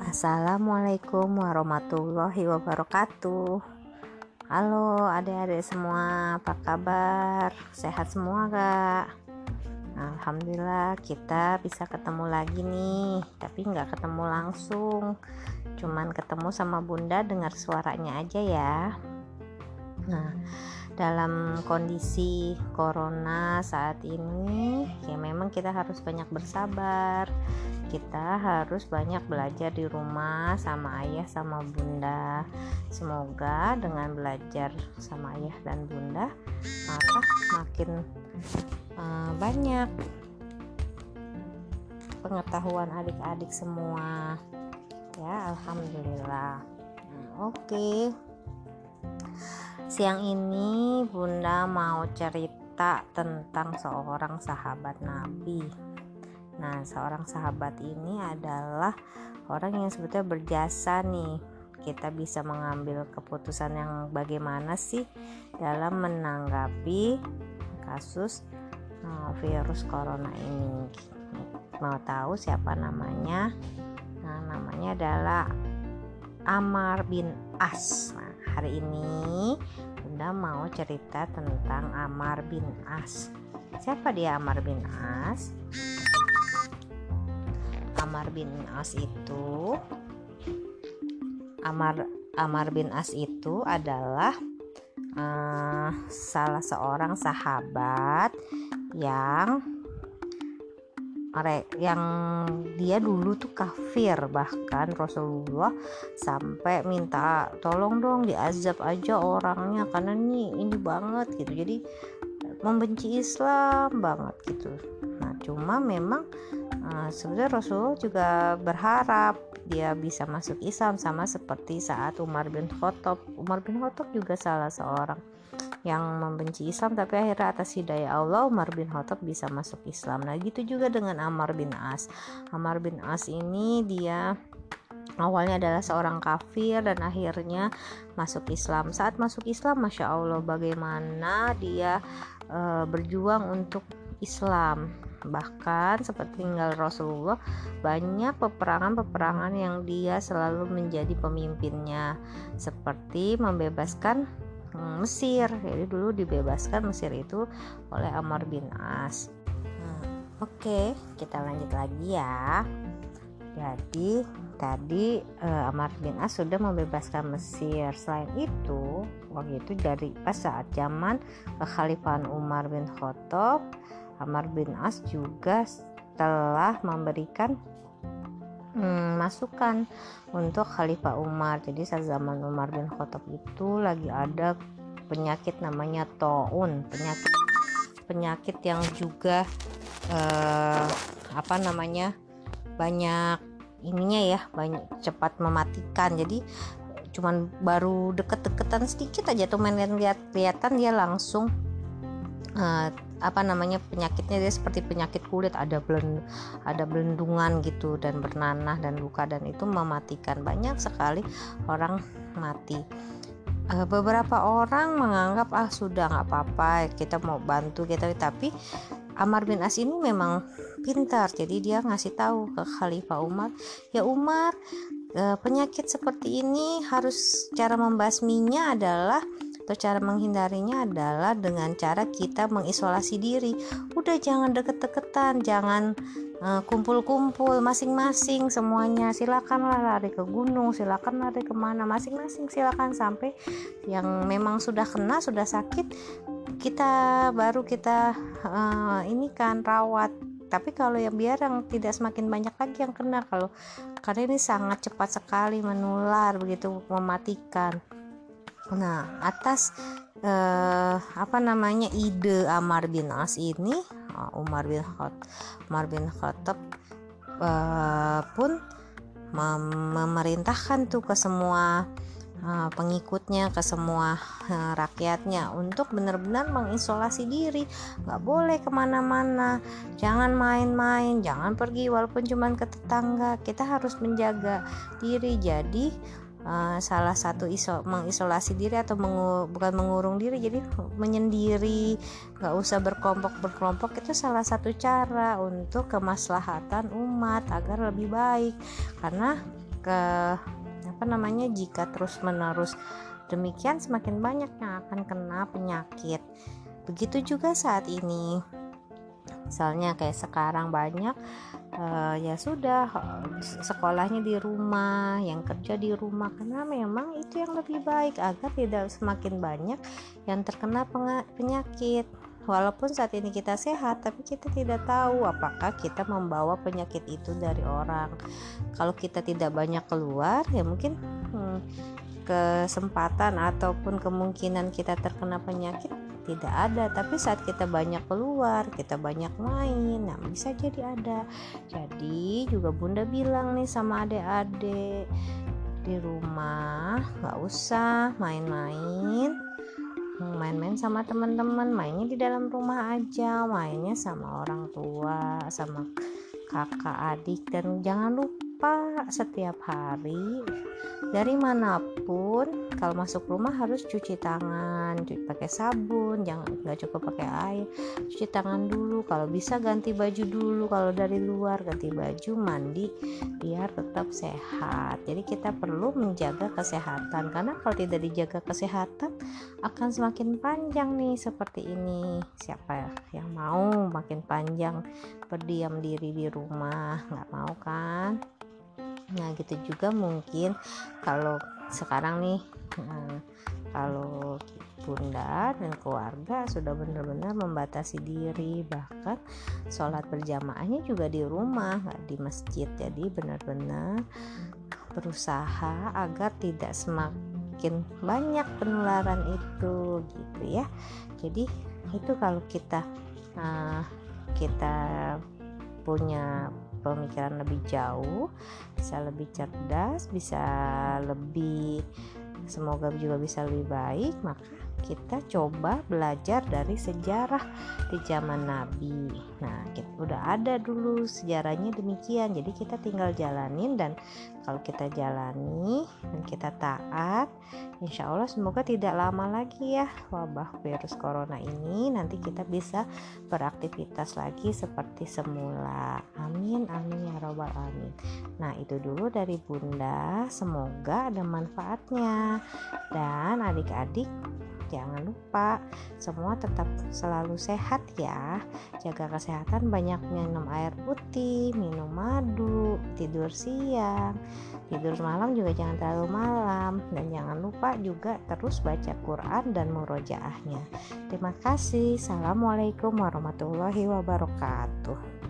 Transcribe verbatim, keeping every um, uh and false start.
Assalamualaikum warahmatullahi wabarakatuh. Halo adik-adik semua, apa kabar? Sehat semua gak? Alhamdulillah kita bisa ketemu lagi nih, tapi gak ketemu langsung, cuman ketemu sama bunda dengar suaranya aja ya. Nah, dalam kondisi corona saat ini ya memang kita harus banyak bersabar. Kita harus banyak belajar di rumah sama ayah sama bunda. Semoga dengan belajar sama ayah dan bunda maka makin uh, banyak pengetahuan adik-adik semua ya, alhamdulillah. Nah, oke okay. Siang ini bunda mau cerita tentang seorang sahabat Nabi. Nah, seorang sahabat ini adalah orang yang sebetulnya berjasa nih. Kita bisa mengambil keputusan yang bagaimana sih dalam menanggapi kasus uh, virus corona ini. Mau tahu siapa namanya? Nah, namanya adalah Ammar bin As. Nah, hari ini Bunda mau cerita tentang Ammar bin As. Siapa dia Ammar bin As? Ammar bin As itu Ammar Ammar bin As itu adalah uh, salah seorang sahabat yang yang dia dulu tuh kafir, bahkan Rasulullah sampai minta tolong dong diazab aja orangnya karena ini ini banget gitu, jadi membenci Islam banget gitu. Nah, cuma memang uh, sebenarnya Rasulullah juga berharap dia bisa masuk Islam sama seperti saat Umar bin Khattab. Umar bin Khattab juga salah seorang yang membenci Islam, tapi akhirnya atas hidayah Allah Umar bin Khattab bisa masuk Islam. Nah, gitu juga dengan Ammar bin As. Ammar bin As ini dia awalnya adalah seorang kafir dan akhirnya masuk Islam. Saat masuk Islam, Masya Allah bagaimana dia e, berjuang untuk Islam. Bahkan seperti tinggal Rasulullah, banyak peperangan-peperangan yang dia selalu menjadi pemimpinnya, seperti membebaskan Mesir. Jadi dulu dibebaskan Mesir itu oleh Ammar bin As. Nah, Oke, kita lanjut lagi ya. Jadi tadi uh, Ammar bin As sudah membebaskan Mesir. Selain itu, waktu itu dari pas saat zaman kekhalifahan Umar bin Khattab, Ammar bin As juga telah memberikan Hmm, masukan untuk Khalifah Umar. Jadi saat zaman Umar bin Khattab itu lagi ada penyakit namanya taun, penyakit penyakit yang juga eh, apa namanya banyak ininya ya, banyak cepat mematikan. Jadi cuman baru deket-deketan sedikit aja tuh main lihat-lihatan dia langsung eh, apa namanya penyakitnya, dia seperti penyakit kulit, ada belend, ada belendungan gitu dan bernanah dan luka, dan itu mematikan. Banyak sekali orang mati. Uh, beberapa orang menganggap ah sudah nggak apa-apa, kita mau bantu kita, tapi Ammar bin As ini memang pintar, jadi dia ngasih tahu ke Khalifah Umar, ya Umar, uh, penyakit seperti ini harus cara membasminya adalah atau cara menghindarinya adalah dengan cara kita mengisolasi diri. Udah jangan deket-deketan, jangan uh, kumpul-kumpul masing-masing semuanya. Silakanlah lari ke gunung, silakan lari kemana masing-masing, silakan sampai yang memang sudah kena, sudah sakit, kita baru kita uh, ini kan rawat. Tapi kalau yang biar yang tidak semakin banyak lagi yang kena, kalau karena ini sangat cepat sekali menular, begitu mematikan. Nah, atas eh, apa namanya ide Ammar bin As ini, Umar bin Khattab, Umar bin Khattab eh, pun mem- memerintahkan tuh ke semua eh, pengikutnya, ke semua eh, rakyatnya untuk benar-benar mengisolasi diri, nggak boleh kemana-mana, jangan main-main, jangan pergi walaupun cuma ke tetangga, kita harus menjaga diri. Jadi Uh, salah satu iso, mengisolasi diri atau mengu, bukan mengurung diri, jadi menyendiri, nggak usah berkelompok-berkelompok, itu salah satu cara untuk kemaslahatan umat agar lebih baik. Karena ke apa namanya jika terus menerus demikian, semakin banyak yang akan kena penyakit. Begitu juga saat ini, misalnya kayak sekarang banyak uh, ya sudah sekolahnya di rumah, yang kerja di rumah, karena memang itu yang lebih baik agar tidak semakin banyak yang terkena penyakit. Walaupun saat ini kita sehat, tapi kita tidak tahu apakah kita membawa penyakit itu dari orang. Kalau kita tidak banyak keluar, ya mungkin hmm, kesempatan ataupun kemungkinan kita terkena penyakit tidak ada. Tapi saat kita banyak keluar, kita banyak main, nah bisa jadi ada. Jadi juga Bunda bilang nih sama adik-adik, di rumah gak usah main-main, main-main sama teman-teman, mainnya di dalam rumah aja, mainnya sama orang tua, sama kakak adik. Dan jangan lupa setiap hari dari manapun kalau masuk rumah harus cuci tangan, cuci pakai sabun, jangan nggak cukup pakai air, cuci tangan dulu, kalau bisa ganti baju dulu, kalau dari luar ganti baju, mandi biar tetap sehat. Jadi kita perlu menjaga kesehatan, karena kalau tidak dijaga kesehatan akan semakin panjang nih seperti ini. Siapa yang mau makin panjang berdiam diri di rumah? Nggak mau kan? Nah gitu juga mungkin kalau sekarang nih, nah, kalau Bunda dan keluarga sudah benar-benar membatasi diri, bahkan sholat berjamaahnya juga di rumah, nggak di masjid. Jadi benar-benar berusaha agar tidak semakin banyak penularan itu, gitu ya. Jadi itu kalau kita uh, kita punya pemikiran lebih jauh, bisa lebih cerdas, bisa lebih, semoga juga bisa lebih baik, maka kita coba belajar dari sejarah di zaman Nabi. Nah, kita udah ada dulu sejarahnya demikian, jadi kita tinggal jalanin. Dan kalau kita jalani dan kita taat, insya Allah semoga tidak lama lagi ya wabah virus corona ini, nanti kita bisa beraktivitas lagi seperti semula. Amin amin ya robbal alamin. Nah itu dulu dari Bunda, semoga ada manfaatnya. Dan adik-adik jangan lupa semua tetap selalu sehat ya, jaga kesehatan, banyak minum air putih, minum madu, tidur siang, tidur malam juga jangan terlalu malam, dan jangan lupa juga terus baca Quran dan murojaahnya. Terima kasih. Assalamualaikum warahmatullahi wabarakatuh.